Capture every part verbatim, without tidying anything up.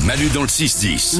Manu dans le six dix.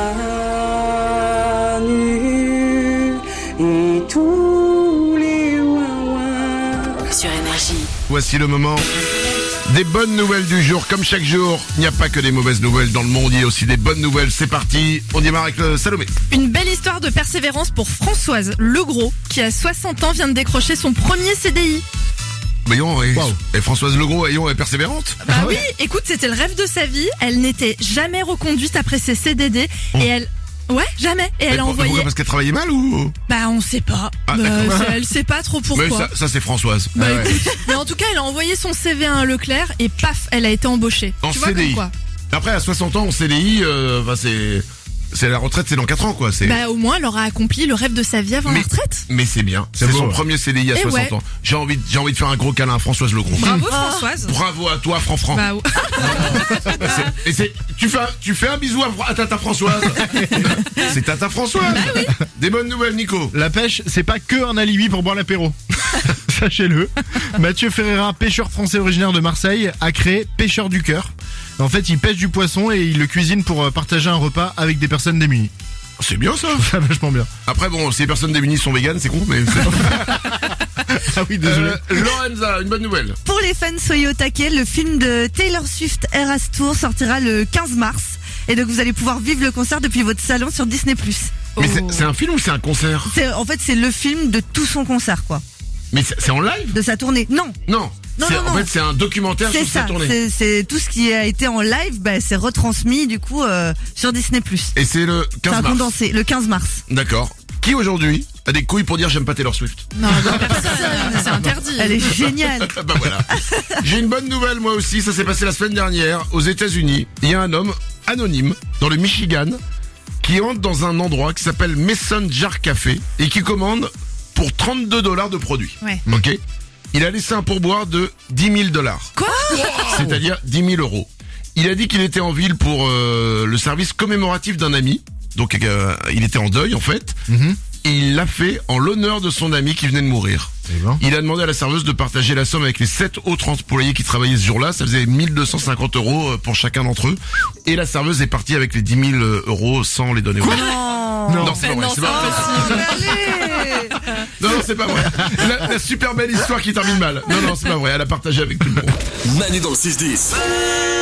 Manu et tous les ouin-ouin. Sur Énergie. Voici le moment des bonnes nouvelles du jour. Comme chaque jour, il n'y a pas que des mauvaises nouvelles dans le monde, il y a aussi des bonnes nouvelles. C'est parti, on démarre avec le Salomé. Une belle histoire de persévérance pour Françoise Legros, qui à soixante ans vient de décrocher son premier C D I. Voyons, et, Wow. et Françoise Legros, voyons, est persévérante. Bah oui, écoute, c'était le rêve de sa vie. Elle n'était jamais reconduite après ses C D D Oh. et elle... Ouais, jamais. Et elle a pour- envoyé... Pourquoi, parce qu'elle travaillait mal ou... Bah on sait pas. Ah, Bah, d'accord. c'est- elle sait pas trop Mais pourquoi. ça, ça c'est Françoise. Bah Ah ouais. écoute, mais en tout cas, elle a envoyé son C V à un Leclerc et paf, elle a été embauchée. En tu vois C D I. comme quoi. Après, à soixante ans, en C D I, euh, bah, c'est... C'est la retraite, c'est dans quatre ans, quoi. C'est... Bah au moins, elle aura accompli le rêve de sa vie avant mais, la retraite. mais c'est bien. C'est, C'est son beau, ouais. premier C D I à Et soixante ouais. ans. J'ai envie, de- j'ai envie de faire un gros câlin à Françoise Legros. Bravo Françoise. Bravo à toi, Fran-Fran. Bah, ouais. C'est- et c'est, tu fais, un- tu fais un bisou à, à Tata Françoise. C'est Tata Françoise. Des bonnes nouvelles, Nico. La pêche, c'est pas que un alibi pour boire l'apéro. Sachez-le. Mathieu Ferreira, pêcheur français originaire de Marseille, a créé Pêcheur du Cœur. En fait, il pêche du poisson et il le cuisine pour euh, partager un repas avec des personnes démunies. C'est bien ça. Ça va vachement bien. Après, bon, si les personnes démunies sont véganes, c'est con, mais c'est... Ah oui, désolé. Euh, Lorenza, une bonne nouvelle. Pour les fans, soyez au taquet, le film de Taylor Swift Eras Tour sortira le quinze mars. Et donc vous allez pouvoir vivre le concert depuis votre salon sur Disney plus. Mais c'est, c'est un film ou c'est un concert? C'est, en fait, c'est le film de tout son concert, quoi. Mais c'est, c'est en live? De sa tournée. Non, Non. Non, c'est, non, en non. fait, c'est un documentaire c'est sur sa ça. tournée. C'est, c'est tout ce qui a été en live, bah, c'est retransmis, du coup, euh, sur Disney plus. Et c'est le C'est quinze un mars. condensé, le quinze mars. D'accord. Qui aujourd'hui a des couilles pour dire j'aime pas Taylor Swift? Non, bah, personne, c'est interdit. Elle est géniale. Bah voilà. J'ai une bonne nouvelle moi aussi, ça s'est passé la semaine dernière aux États-Unis. Il y a un homme anonyme dans le Michigan qui entre dans un endroit qui s'appelle Mason Jar Café et qui commande pour trente-deux dollars de produits. Ouais. Ok. Il a laissé un pourboire de dix mille dollars. Quoi? C'est-à-dire dix mille euros. Il a dit qu'il était en ville pour euh, le service commémoratif d'un ami. Donc euh, il était en deuil en fait. Mhm. Et il l'a fait en l'honneur de son ami qui venait de mourir. Eh ben. Il a demandé à la serveuse de partager la somme avec les sept autres employés qui travaillaient ce jour-là. Ça faisait mille deux cent cinquante euros euh, pour chacun d'entre eux. Et la serveuse est partie avec les dix mille euros sans les donner aux autres. Non. Non, c'est pas vrai, Non, c'est c'est pas vrai. impossible. Allez. Non, non, c'est pas vrai. La, la super belle histoire qui termine mal. Non, non, c'est pas vrai. Elle a partagé avec tout le monde. Manu dans le six dix.